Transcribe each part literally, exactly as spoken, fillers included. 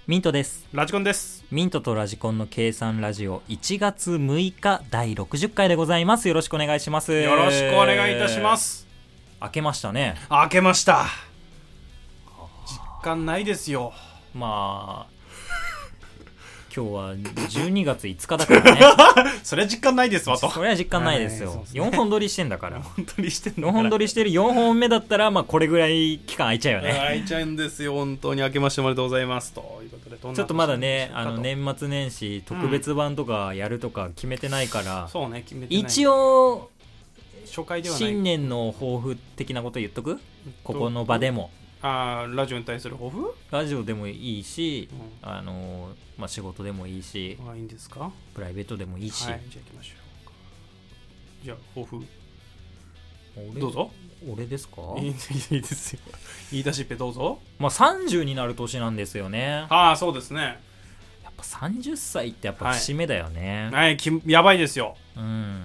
ミントです。 ラジコンです。 ミントとラジコンの計算ラジオいちがつむいかだいろくじゅっかいでございます。よろしくお願いします。 よろしくお願いいたします。 明けましたね。 明けました。実感ないですよ。 まあ今日はじゅうにがついつかだからねそれは実感ないですわと。 それは実感ないですよ、はい、ですね、よんほん撮りしてんだから。よんほん撮りしてんだからよんほん撮りしてるよんほんめだったらまあこれぐらい期間空いちゃうよね。 空いちゃうんですよ。本当に明けましておめでとうございますということで、どんなちょっとまだね、あの年末年始特別版とかやるとか決めてないから、 うん、そうね、決めてない。 一応初回ではない新年の抱負的なこと言っとく、ここの場でも。 あ、ラジオに対する抱負？ ラジオでもいいし、 うん、 あのまあ、仕事でもいいし、 あ、いいんですか？ プライベートでもいいし、 はい、じゃあ行きましょう。じゃあ抱負どうぞ。 俺ですか？ いい、いいですよ。言い出しっぺどうぞ。 まあさんじゅうになる年なんですよね。 ああ、そうですね。 やっぱさんじゅっさいってやっぱ節目だよね。 はい、はい、きやばいですよ。 うん。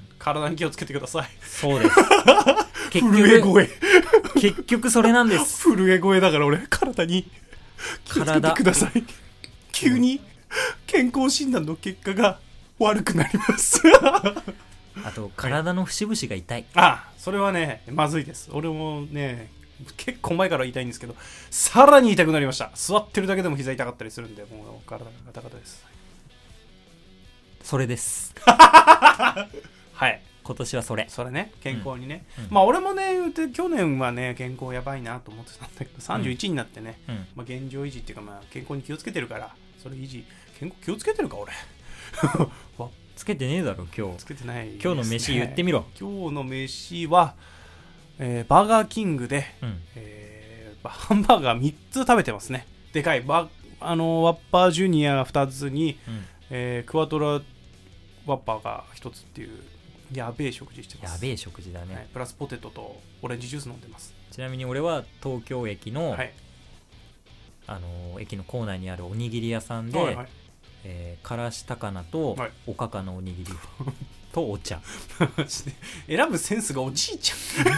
体に気をつけてください。 そうです。 結局震え声。 結局それなんです。 震え声だから俺、体に気をつけてください。急に健康診断の結果が悪くなりますあと体の節々が痛い。 ああ、それはねまずいです。俺もね結構前から痛いんですけど、さらに痛くなりました。座ってるだけでも膝痛かったりするんで、もう体がガタガタです。 それですはい、今年はそれそれね、健康にね、 うんうん、 まあ俺もね言うて去年はね健康やばいなと思ってたんだけど、さんじゅういちになってね、うん、まあ、現状維持っていうか、まあ健康に気をつけてるから、それ維持、健康気をつけてるか俺つけてねえだろ今日。 つけてないですね。 今日の飯言ってみろ。 今日の飯は、えー、バーガーキングで、うん、えー、ハンバーガーみっつ食べてますね。でかいバあのワッパージュニアふたつに、うん、えー、クワトラワッパーがひとつっていうやべえ食事してます。 やべえ食事だね、 はい、プラスポテトとオレンジジュース飲んでます。 ちなみに俺は東京駅の、はい、あの駅の構内にあるおにぎり屋さんで、はいはい、えー、からし高菜とおかかのおにぎりとお茶選ぶセンスがおじいち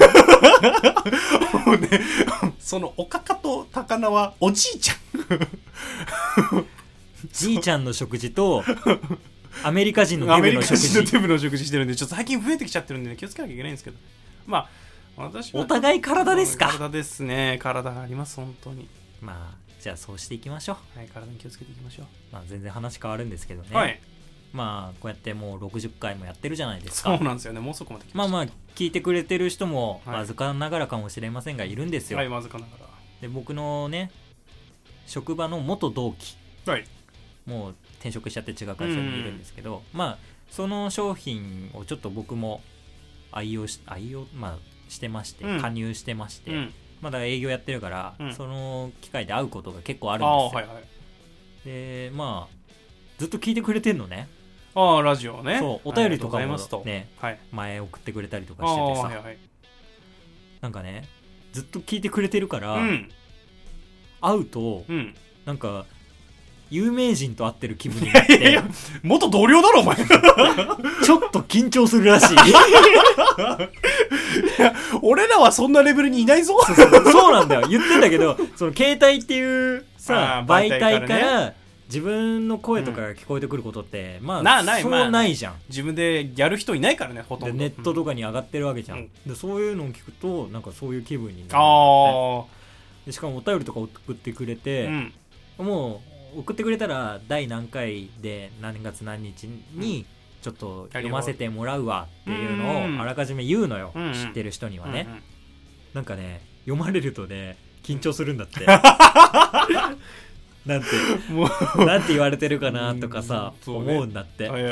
ゃんもうね、そのおかかと高菜はおじいちゃんじいちゃんの食事とアメリカ人のデブの食事、 アメリカ人のデブの食事してるんで、ちょっと最近増えてきちゃってるんで、ね、気をつけなきゃいけないんですけど、まあ私はお互い体ですか？ 体ですね。体があります本当に。 まあじゃあそうしていきましょう。はい、体に気をつけていきましょう。 まあ全然話変わるんですけどね。 はい。 まあこうやってもうろくじゅっかいもやってるじゃないですか。 そうなんですよね。もうそこまで来ました。 まあまあ聞いてくれてる人もわずかながらかもしれませんがいるんですよ。 はい、わずかながら。 で僕のね職場の元同期。 はい。 もう転職しちゃって違う会社にいるんですけど、まあその商品をちょっと僕も愛用し愛用まあしてまして、うん、加入してまして、うん、まだ営業やってるから、うん、その機会で会うことが結構あるんですよ。はいはい、でまあずっと聞いてくれてんのね。 ああ、ラジオね。 そうお便りとかもね、はい、前送ってくれたりとかしててさ、はいはい、なんかねずっと聞いてくれてるから、うん、会うと、うん、なんか有名人と会ってる気分になって。いやいや元同僚だろお前。 ちょっと緊張するらしい。いや俺らはそんなレベルにいないぞ。 そうそうそうなんだよ。言ってんだけど、その携帯っていうさ媒体から自分の声とかが聞こえてくることって、うん、まあなないそうないじゃん、まあ、 自分でやる人いないからね、ほとんど。 ネットとかに上がってるわけじゃん、うん、でそういうのを聞くとなんかそういう気分になるんだって。 あでしかもお便りとか送ってくれて、うん、もう送ってくれたら第何回で何月何日にちょっと読ませてもらうわっていうのをあらかじめ言うのよ、うんうん、知ってる人にはね、うんうん、なんかね読まれるとね緊張するんだってなんてもうなんて言われてるかなとかさ、うん、思うんだって。も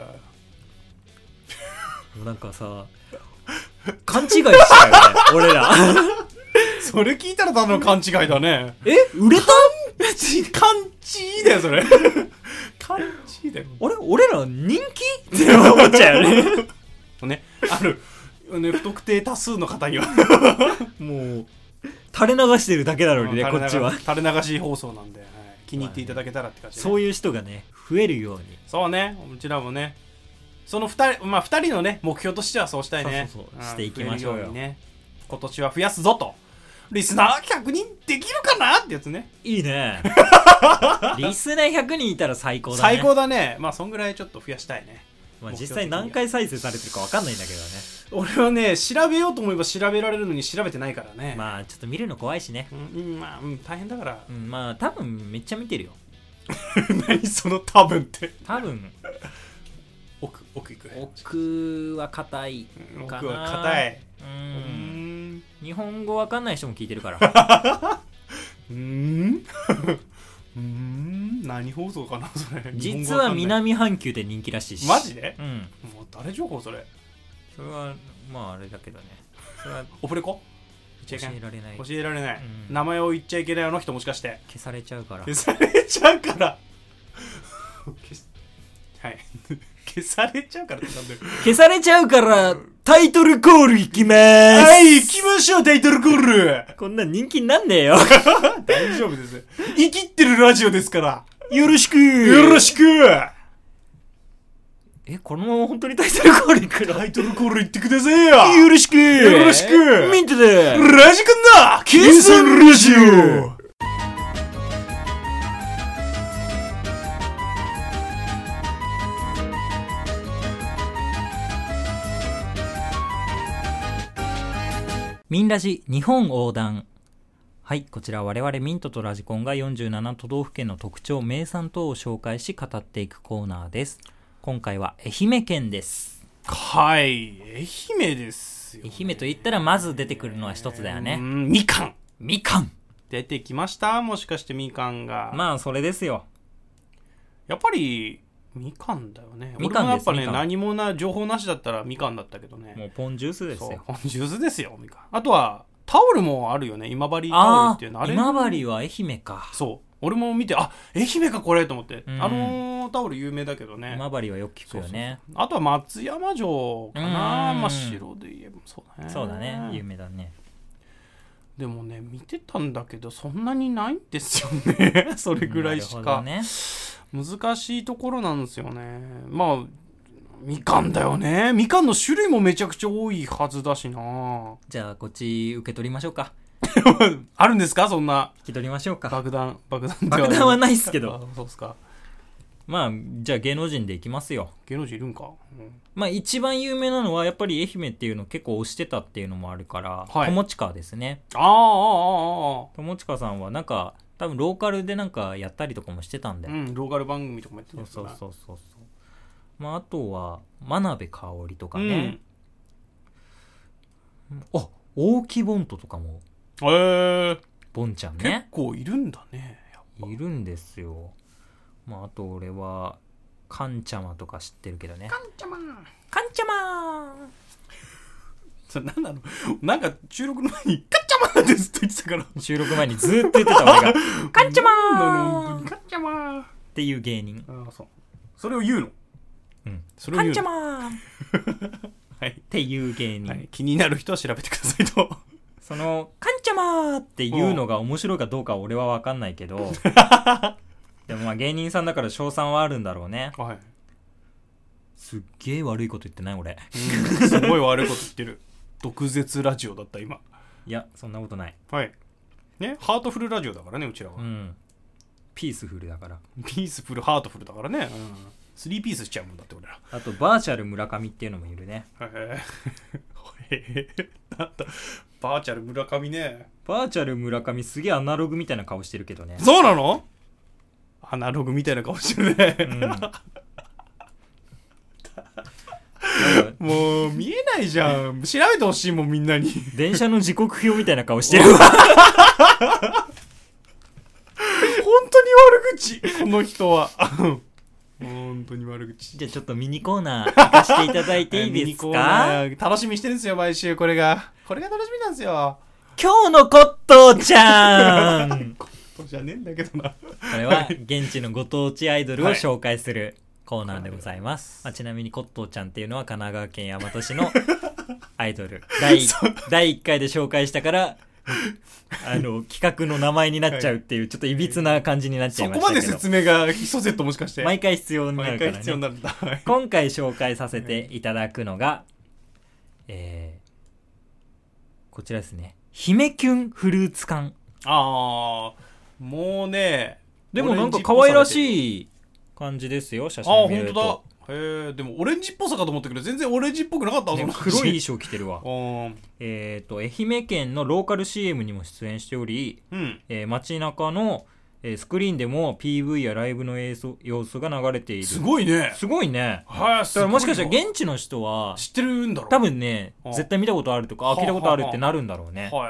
うなんかさ勘違いしちゃうよね俺ら。 それ聞いたらただの勘違いだね。 え売れた勘違いだよそれ。勘違いだよ。 あれ俺ら人気って思っちゃうよね。 ね、ある、ね、不特定多数の方にはもう垂れ流してるだけなのにね、こっちは垂れ流し放送なんで、はい、気に入っていただけたらって感じ、ね、 そういう人がね増えるように。 そうね、うちらもねそのふたり、まあ、ふたりのね目標としてはそうしたいね。 そうそうそう、していきましょうよ。 ね、今年は増やすぞと。リスナーひゃくにんできるかなってやつね。 いいね。 リスナーひゃくにんいたら最高だね。 最高だね。まあそんぐらいちょっと増やしたいね。 まあ、実際何回再生されてるか分かんないんだけどね。 俺はね調べようと思えば調べられるのに調べてないからね。 まあちょっと見るの怖いしね。 うん、まあ、うん、大変だから、 うん、まあ多分めっちゃ見てるよ。 何その多分って多分奥奥行く。 奥は硬いかな。 奥は硬い。 うん、 日本語わかんない人も聞いてるからうーんうーん何放送かなそれ。 実は南半球で人気らしいし。 マジで？ うん。 もう誰情報それ。 それはまああれだけどね。それはオフレコ？ 教えられない。 教えられない、 うん。 名前を言っちゃいけないあの人もしかして。 消されちゃうから。 消されちゃうから。はい。消されちゃうからってなんだよ。 消されちゃうからタイトルコールいきまーす。 はい行きましょうタイトルコール。 こんな人気になんねえよ。 大丈夫です。生きってるラジオですからよろしくよろしく。 え、このまま本当にタイトルコールいくの？ タイトルコール言ってくださいよ。 よろしくよろしく。 ミントでラジコンだ計算ラジオ。 ミンラジ日本横断。はい、こちら我々ミントとラジコンがよんじゅうなな都道府県の特徴名産等を紹介し語っていくコーナーです。今回は愛媛県です。 はい、愛媛ですよ、ね、 愛媛と言ったらまず出てくるのは一つだよね。 うんみかん。 みかん出てきました。もしかしてみかんが。 まあそれですよ。 やっぱりみかんだよね。 みかんです。 俺もやっぱね何もな情報なしだったらみかんだったけどね。 もうポンジュースですよ。 ポンジュースですよみかん。あとはタオルもあるよね。今治タオルっていうの。あれ今治は愛媛か。 そう俺も見てあ愛媛かこれと思って、 うん、 あのー、タオル有名だけどね。 今治はよく聞くよね。 そうそうそう。あとは松山城かな。真っ白で言えばそうだね。 そうだね有名だね。 でもね見てたんだけどそんなにないんですよね。それぐらいしか、ね、難しいところなんですよね。まあみかんだよね。みかんの種類もめちゃくちゃ多いはずだしな。 じゃあこっち受け取りましょうか。 あるんですかそんな。 引き取りましょうか。 爆弾爆弾爆弾はないっすけど。 そうっすか。 まあじゃあ芸能人でいきますよ。 芸能人いるんか、うん、 まあ一番有名なのはやっぱり愛媛っていうの結構推してたっていうのもあるから、はい、友近ですね。 ああああああ。 友近さんはなんか多分ローカルでなんかやったりとかもしてたんで、 うん、ローカル番組とかもやってる。 そうそうそうそう。まああとは真鍋かおりとかね、うん、あ大木ボントとかも。 へえー、 ボンちゃんね。 結構いるんだね。 やっぱいるんですよ。まああと俺はカンチャマとか知ってるけどね。 カンチャマカンチャマそれ何なの。なんか収録の前にカンチャマってずっと言ってたから。 収録前にずっと言ってた俺がカンチャマカンチャマっていう芸人。 ああそう。それを言うの。 うん。 それを言うの。 カンチャマはい。っていう芸人、はい。 気になる人は調べてくださいと。 そのカンチャマっていうのが面白いかどうかは俺は分かんないけどでもまあ芸人さんだから賞賛はあるんだろうね。 はい。 すっげえ悪いこと言ってない俺、 うん、すごい悪いこと言ってる。毒舌ラジオだった今。 いやそんなことない。 はいね。ハートフルラジオだからねうちらは。 うん。ピースフルだから。 ピースフルハートフルだからね、うん、スリーピースしちゃうもんだって俺ら。 あとバーチャル村上っていうのもいるね。 へえなんだバーチャル村上ね。 バーチャル村上すげえアナログみたいな顔してるけどね。 そうなの。アナログみたいな顔してるね、うん、もう見えないじゃん。調べてほしいもんみんなに。 電車の時刻表みたいな顔してるわ本当に悪口この人は。本当に悪口。 じゃあちょっとミニコーナー行かせていただいていいですか。ミニコーナー楽しみにしてるんですよ毎週。これがこれが楽しみなんですよ。 今日のコットーちゃんコットじゃねえんだけどな。これは現地のご当地アイドルを紹介するコーナーでございます、はい。まあ、ちなみにコットーちゃんっていうのは神奈川県大和市のアイドル第だいいっかいで紹介したからあの企画の名前になっちゃうっていう、はい、ちょっといびつな感じになっちゃいましたけど、 そこまで説明がヒソセットもしかして毎回必要になるからね。 毎回必要になるんだ今回紹介させていただくのが、はい、えー、こちらですね。姫キュンフルーツ缶。 ああもうねでもなんか可愛らしい感じですよ、写真見ると。 あ本当だ。へえ。でもオレンジっぽさかと思ったけど全然オレンジっぽくなかったわ、 ね、 その黒い衣装着てるわえっと愛媛県のローカル シーエム にも出演しており、 うんえー、街中の、えー、スクリーンでも ピーブイ やライブの映像様子が流れている。 すごいね。 すごいね。 はい、 だからもしかしたら現地の人は知ってるんだろう。 多分ね絶対見たことあるとかあ聞いたことあるってなるんだろうね。 はい。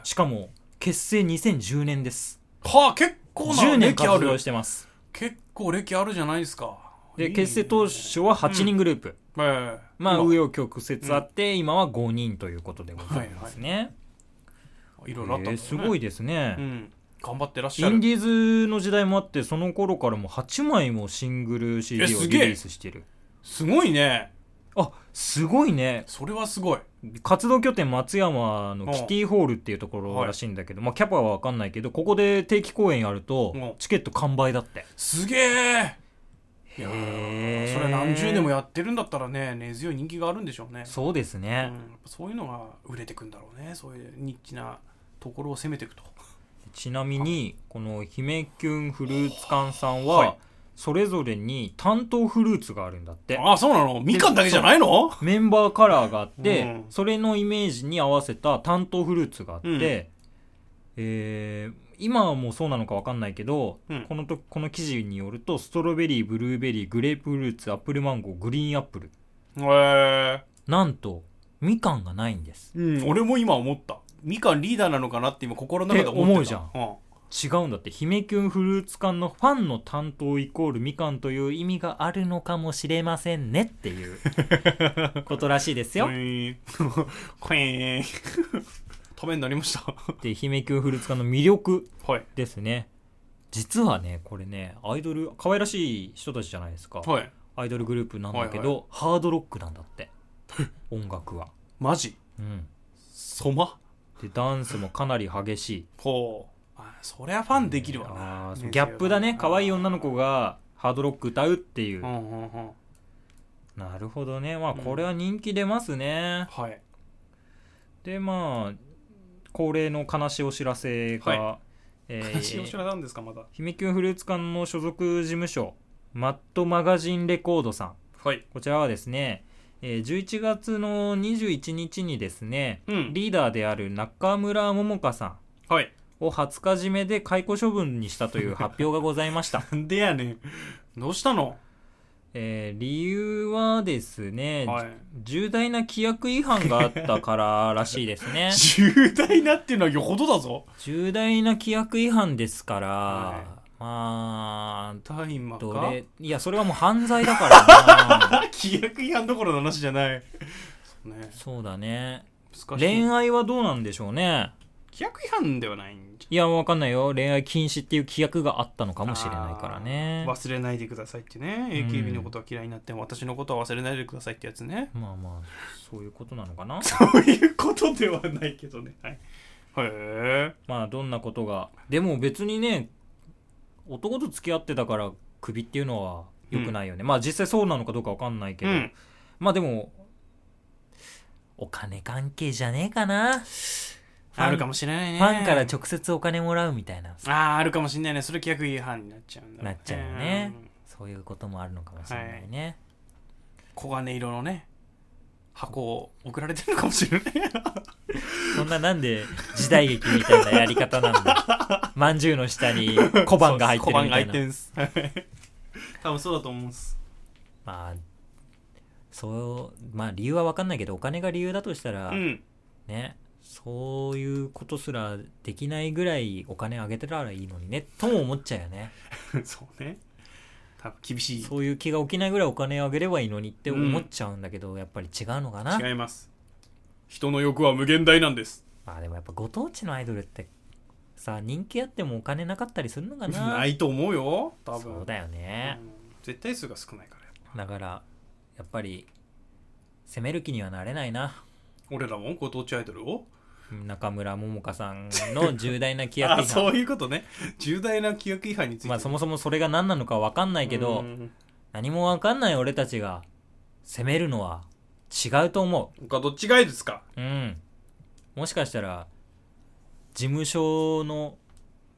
しかも結成にせんじゅうねんです。 はあ、結構なじゅうねん活動してます。 結構歴あるじゃないですか。 で結成当初ははちにんグループ、 うん、えー、 まあ紆余曲折あって、うん、今はごにんということでございますね。 はいはい、いろいろあったんですね。 すごいですね、 うん、頑張ってらっしゃる。 インディーズの時代もあってその頃からもはちまいもシングル シーディー をリリースしてる。 すごいね。 あすごいね。 それはすごい。 活動拠点松山のキティホールっていうところらしいんだけど、まあ、キャパは分かんないけどここで定期公演やるとチケット完売だって。 すげえ。いやーそれ何十年もやってるんだったらね根強い人気があるんでしょうね。 そうですね、 うん、そういうのが売れてくんだろうね。そういうニッチなところを攻めていくと。 ちなみにこの姫キュンフルーツ館さんは、はいそれぞれに担当フルーツがあるんだって。 ああそうなの。みかんだけじゃないの。 メンバーカラーがあって、うん、それのイメージに合わせた担当フルーツがあって、うんえー、今はもうそうなのか分かんないけど、うん、このとこの記事によるとストロベリーブルーベリーグレープフルーツアップルマンゴーグリーンアップルへーなんとみかんがないんです、 うん、俺も今思った。みかんリーダーなのかなって今心の中で思ってた。 思うじゃん、うん違うんだって。姫キュンフルーツ館のファンの担当イコールみかんという意味があるのかもしれませんねっていうことらしいですよ。 こえためになりましたで姫キュンフルーツ館の魅力ですね、はい、実はねこれねアイドル可愛らしい人たちじゃないですか、はい、アイドルグループなんだけど、はいはい、ハードロックなんだって音楽はマジ、 うん、 そまでダンスもかなり激しい。 ほうそりゃファンできるわな、 あギャップだね。可愛い女の子がハードロック歌うっていう、うんうんうん、なるほどね。まあこれは人気出ますね、うん、はいでまあ恒例の悲しいお知らせが、はいえー、悲しいお知らせなんですか。まだ姫キュンフルーツ館の所属事務所マッドマガジンレコードさん、はい、こちらはですねえー、じゅういちがつのにじゅういちにちにですね、うん、リーダーである中村桃香さん、はいをはつか締めで解雇処分にしたという発表がございましたなんでやねん。どうしたの。 えー、理由はですね、はい、重大な規約違反があったかららしいですね重大なっていうのはよほどだぞ。 重大な規約違反ですから、はい、まあ大麻かどれいやそれはもう犯罪だからな規約違反どころの話じゃないそうね。そうだね。恋愛はどうなんでしょうね。 規約違反ではないんじゃ。 いや分かんないよ。恋愛禁止っていう規約があったのかもしれないからね。 忘れないでくださいってね、うん、エーケービー のことは嫌いになっても私のことは忘れないでくださいってやつね。 まあまあそういうことなのかなそういうことではないけどね、はい、へえ。 まあどんなことがでも別にね男と付き合ってたからクビっていうのは良くないよね、うん、まあ実際そうなのかどうか分かんないけど、うん、まあでもお金関係じゃねえかな。 あるかもしれないね。 ファンから直接お金もらうみたいな。 ああ、あるかもしれないね。それ規約違反になっちゃうんだ、 ね、なっちゃうよね、うん、そういうこともあるのかもしれないね、はい、 黄金色のね箱を送られてるのかもしれないそんななんで時代劇みたいなやり方なんだまんじゅうの下に小判が入ってるみたいな。小判が入ってるんです多分そうだと思うんです。 まあそうまあ理由は分かんないけどお金が理由だとしたら、うん、ねそういうことすらできないぐらいお金あげてたらいいのにねとも思っちゃうよねそうね。多分厳しい。 そういう気が起きないぐらいお金あげればいいのにって思っちゃうんだけど、うん、やっぱり違うのかな。 違います。人の欲は無限大なんです。 まあでもやっぱご当地のアイドルってさ人気あってもお金なかったりするのかな。 ないと思うよ多分。 そうだよね、 うん、絶対数が少ないからだからやっぱり攻める気にはなれないな。 俺らもご当地アイドルを中村桃香さんの重大な規約違反あそういうことね。重大な規約違反について、 まあ、そもそもそれが何なのか分かんないけど何も分かんない俺たちが責めるのは違うと思う。 他どっちがいいですか。 うんもしかしたら事務所の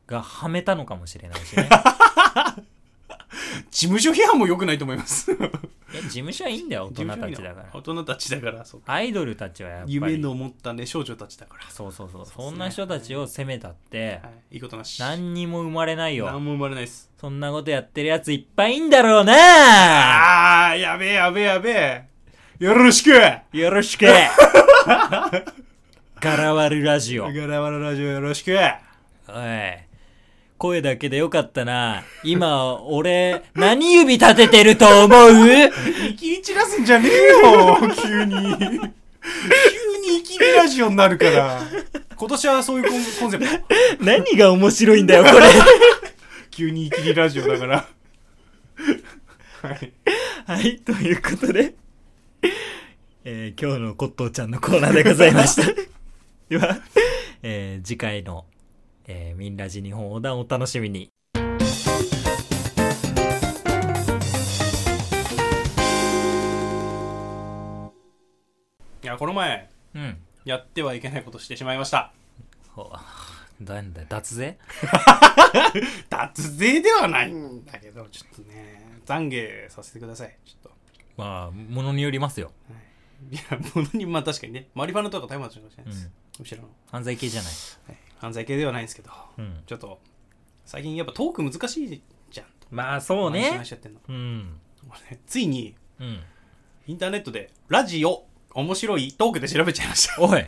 がはめたのかもしれないしね事務所批判も良くないと思いますいや事務所はいいんだよ、大人たちだから。 大人たちだからそうアイドルたちはやっぱり夢の持ったね少女たちだから。 そうそうそう、そ, そう、ね、 そんな人たちを責めたって、 はい、いいことなし。 何にも生まれないよ。 何も生まれないです。 そんなことやってるやついっぱいいんだろうな。 あーやべえやべえやべえ、よろしくよろしくガラワルラジオ、 ガラワルラジオよろしく。 おい、声だけでよかったな。今俺何指立ててると思う？ いきり散らすんじゃねえよ急に急にいきりラジオになるから。今年はそういうコン、コンセプト何が面白いんだよこれ急にいきりラジオだからはい、 はい、ということで、えー、今日のコットーちゃんのコーナーでございましたでは、えー、次回のえー、ミンラジ日本横断を楽しみに。 いやこの前、 うん、 やってはいけないことしてしまいました。 ほう、なんだ脱税脱税ではないんだけど、ちょっとね懺悔させてください。ちょっとまあものによりますよ、 はい、いやものに、まあ確かにね、マリファナとか大麻かもしれないです、 うん、 むしろ犯罪系じゃない、 はい、犯罪系ではないんですけど、うん、ちょっと最近やっぱトーク難しいじゃん。 まあそうね、 話しちゃってんの、 うん、 ついに、 うん、 インターネットでラジオ面白いトークで調べちゃいました。 おい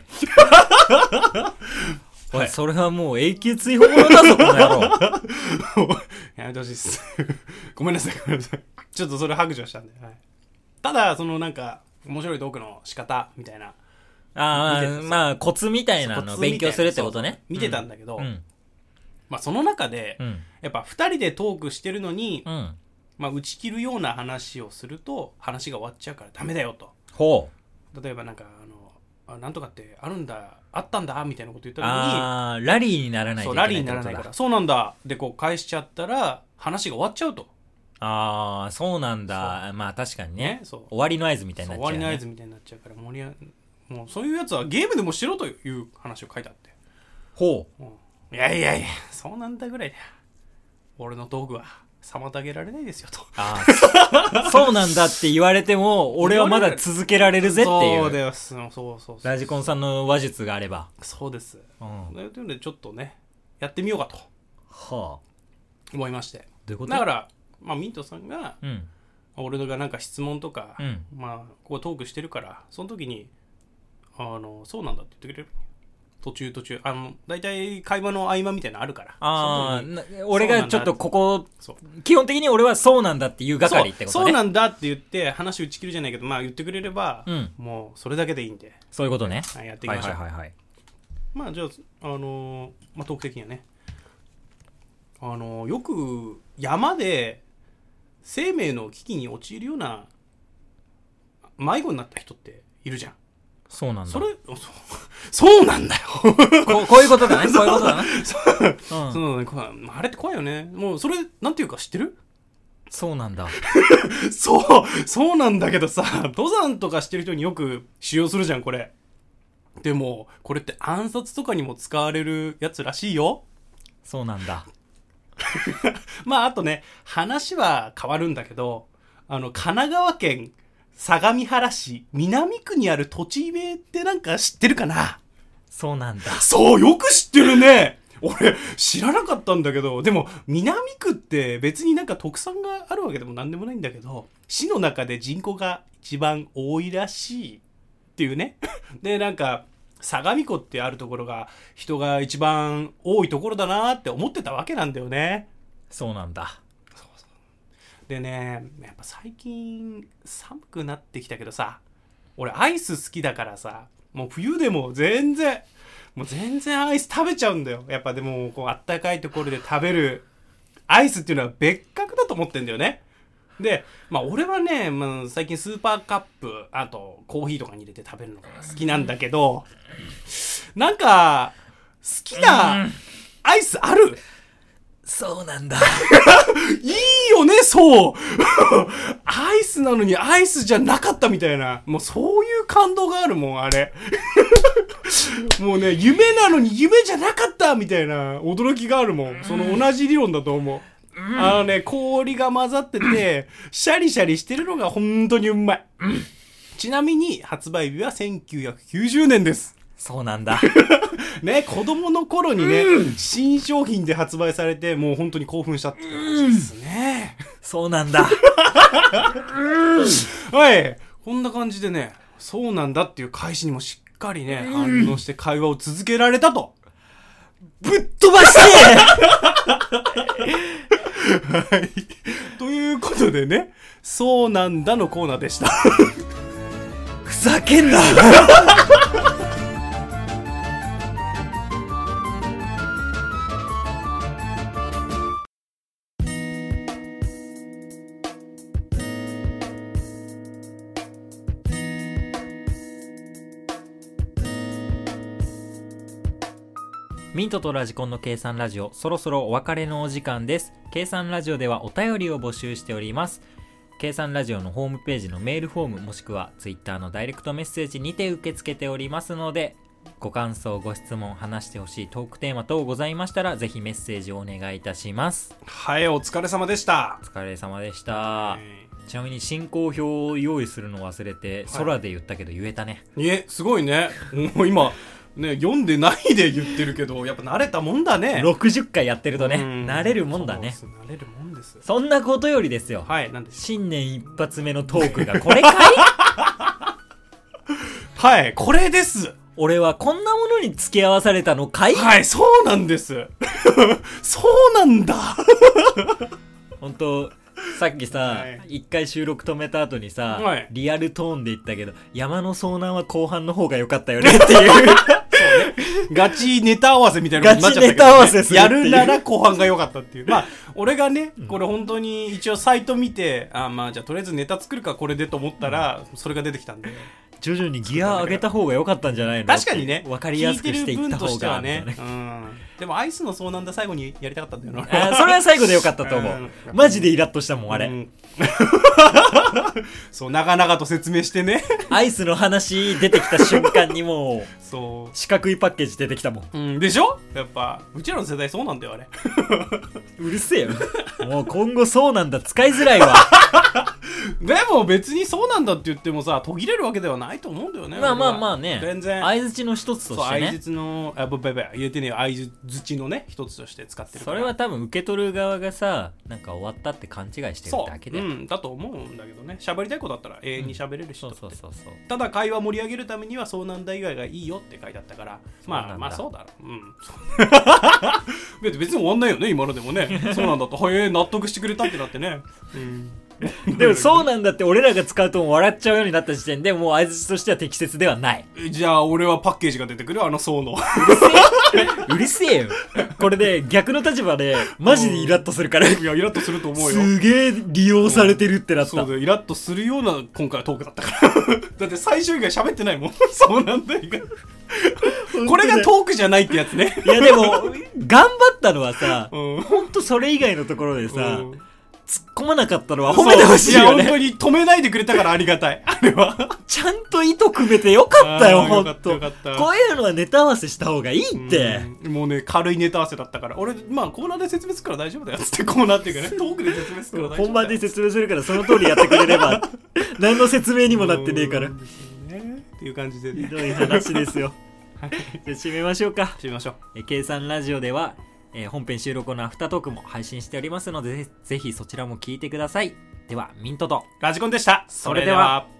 おい、それはもう永久追放者だぞこの野郎やめてほしいですごめんなさいごめんなさい、ちょっとそれ白状したんで、はい、ただそのなんか面白いトークの仕方みたいな、 ああまあコツみたいなのを勉強するってことね。 見てたんだけど、 うん、 まあその中で、うん、やっぱふたりでトークしてるのに、 うん、 まあ打ち切るような話をすると話が終わっちゃうからダメだよと。 ほう、例えばなんかあのあなんとかってあるんだあったんだみたいなこと言った時に、 ああラリーにならないといけない。 そうラリーにならないから、そうなんだでこう返しちゃったら話が終わっちゃうと。 ああそうなんだ。まあ確かにね、ね、そう終わりの合図みたいになっちゃう、ね、 終わりの合図みたいになっちゃうから、盛り上もうそういうやつはゲームでもしろという話を書いてあって、 ほう、 うん、いやいやいやそうなんだぐらいだよ、俺の道具は妨げられないですよと。 あそうなんだって言われても俺はまだ続けられるぜっていう。 そうです、そうそうそう、 ラジコンさんの話術があれば。 そうです、うん、というのでちょっとねやってみようかと、 はあ、 思いまして。 どういうこと？ だから、まあ、ミントさんが、 うん、 俺がなんか質問とか、 うん、 まあここトークしてるからその時にあのそうなんだって言ってくれる。途中途中あのだいたい会話の合間みたいなのあるから、 ああ俺がちょっとここ基本的に俺はそうなんだっていう係ってことね。 そう、そうなんだって言って話打ち切るじゃないけど、まあ言ってくれれば、 うん、 もうそれだけでいいんで、 そういうことね、 はい、やっていきましょう。 はいはいはいはい、 まあじゃああのー、まあトーク的にはね、あのー、よく山で生命の危機に陥るような迷子になった人っているじゃん。 そうなんだ。 それ、そ、そうなんだよこ。こういうことだね。こういうことだな。 そう、うん、そうね。あれって怖いよね。もうそれなんていうか知ってる？ そうなんだ。 そう、そうなんだけどさ、登山とかしてる人によく使用するじゃんこれ。でもこれって暗殺とかにも使われるやつらしいよ。 そうなんだ。 まああとね、話は変わるんだけど、あの神奈川県相模原市南区にある土地名ってなんか知ってるかな？ そうなんだ。 そう、よく知ってるね。俺知らなかったんだけど、でも南区って別になんか特産があるわけでもなんでもないんだけど、市の中で人口が一番多いらしいっていうね。でなんか相模湖ってあるところが人が一番多いところだなって思ってたわけなんだよね。 そうなんだ。 そうそう。でね、やっぱ最近寒くなってきたけどさ、俺アイス好きだからさ、もう冬でも全然もう全然アイス食べちゃうんだよ。やっぱでもこうあったかいところで食べるアイスっていうのは別格だと思ってんだよね。で、まあ俺はね、まあ、最近スーパーカップ、あとコーヒーとかに入れて食べるのが好きなんだけど、なんか好きなアイスある？ そうなんだ。 いいよね、そう。アイスなのにアイスじゃなかったみたいな、もうそういう感動があるもんあれもうね、夢なのに夢じゃなかったみたいな驚きがあるもん。その同じ理論だと思う。うん、あのね、氷が混ざってて、シャリシャリしてるのが本当にうまい。うん、ちなみに発売日はせんきゅうひゃくきゅうじゅうねんです。 そうなんだ。 ね、子供の頃にね、うん、新商品で発売されて、もう本当に興奮したって感じですね。 うん、そうなんだ。 はい。こんな感じでね、そうなんだっていう返しにもしっかりね、うん、反応して会話を続けられたと。 ぶっ飛ばしてはい。ということでね、そうなんだのコーナーでした。 ふざけんなミントとラジコンの計算ラジオ、そろそろお別れのお時間です。計算ラジオではお便りを募集しております。計算ラジオのホームページのメールフォームもしくはツイッターのダイレクトメッセージにて受け付けておりますので、ご感想、ご質問、話してほしいトークテーマ等ございましたらぜひメッセージをお願いいたします。 はい、お疲れ様でした。 お疲れ様でした。ちなみに進行表を用意するの忘れて、はい、空で言ったけど言えたね。 え、すごいね。もう今ね、読んでないで言ってるけど、やっぱ慣れたもんだね。 ろくじゅっかいやってるとね、慣れるもんだね。 慣れるもんです。 そんなことよりですよ。 はい、なんです。 新年一発目のトークがこれかいはい、これです。 俺はこんなものに付き合わされたのかい。 はい、そうなんです。そうなんだ。 本当さっきさ、はい、一回収録止めた後にさ、はい、リアルトーンで言ったけど、山の遭難は後半の方が良かったよねっていう。そうね。 ガチネタ合わせみたいなのになっちゃったけど、ね、ガチネタ合わせするっていう。やるなら後半が良かったっていう。まあ、俺がね、これ本当に一応サイト見て、あ、まあじゃあとりあえずネタ作るかこれでと思ったら、うん、それが出てきたんで。 徐々にギア上げた方が良かったんじゃないの。 確かにね。 分かりやすくしていった方がはね。 うん。でもアイスのそうなんだ最後にやりたかったんだよな。 あ、それは最後で良かったと思う。うん、マジでイラッとしたもんあれ。うん、 そう長々と説明してね。 アイスの話出てきた瞬間にもうそう四角いパッケージ出てきたもん。 うん、でしょ？やっぱうちらの世代そうなんだよあれ。 うるせえよ。もう今後そうなんだ使いづらいわ。 でも別にそうなんだって言ってもさ途切れるわけではないと思うんだよね。 まあまあまあね。 全然相づちの一つとしてね。 相づちのあぶべべ入れてねえ相づちのね一つとして使ってるから。 それは多分受け取る側がさなんか終わったって勘違いしてるだけで。 そう、うん、だと思うんだけどね。喋りたい子だったら永遠に喋れる人って、 うん、そうそうそうそう。 ただ会話盛り上げるためにはそうなんだ以外がいいよって書いてあったから、まあまあそうだろう。うん。別に終わんないよね今のでもね。そうなんだとはい、納得してくれたってなってね。うん。 でもそうなんだって俺らが使うと笑っちゃうようになった時点でもう相槌としては適切ではない。 じゃあ俺はパッケージが出てくるあの層の。 うるせえよ。これで逆の立場でマジでイラッとするから。 いやイラッとすると思うよ。 すげえ利用されてるってなった。 そうだよ、イラッとするような今回はトークだったから。だって最初以外喋ってないもん。そうなんだ以外。これがトークじゃないってやつね。 いやでも頑張ったのはさ、うん、ほんとそれ以外のところでさ、うん、突っ込まなかったのは褒めてほしいよね。いや本当に止めないでくれたからありがたい。あれはちゃんと意図組めてよかったよ。ほんとこういうのはネタ合わせした方がいいって。 うもうね軽いネタ合わせだったから俺まあコーナーで説明するから大丈夫だよっつってコーナーっていうかねトークで説明するから大丈夫だよ。 本番で説明するからその通りやってくれれば何の説明にもなってねえから、ね、 っていう感じで、ね、 ひどい話ですよ。じゃあ締めましょうか。 締めましょう。 え計算ラジオでは、えー、本編収録のアフタートークも配信しておりますので ぜ, ぜひそちらも聞いてください。ではミントとラジコンでした。それでは。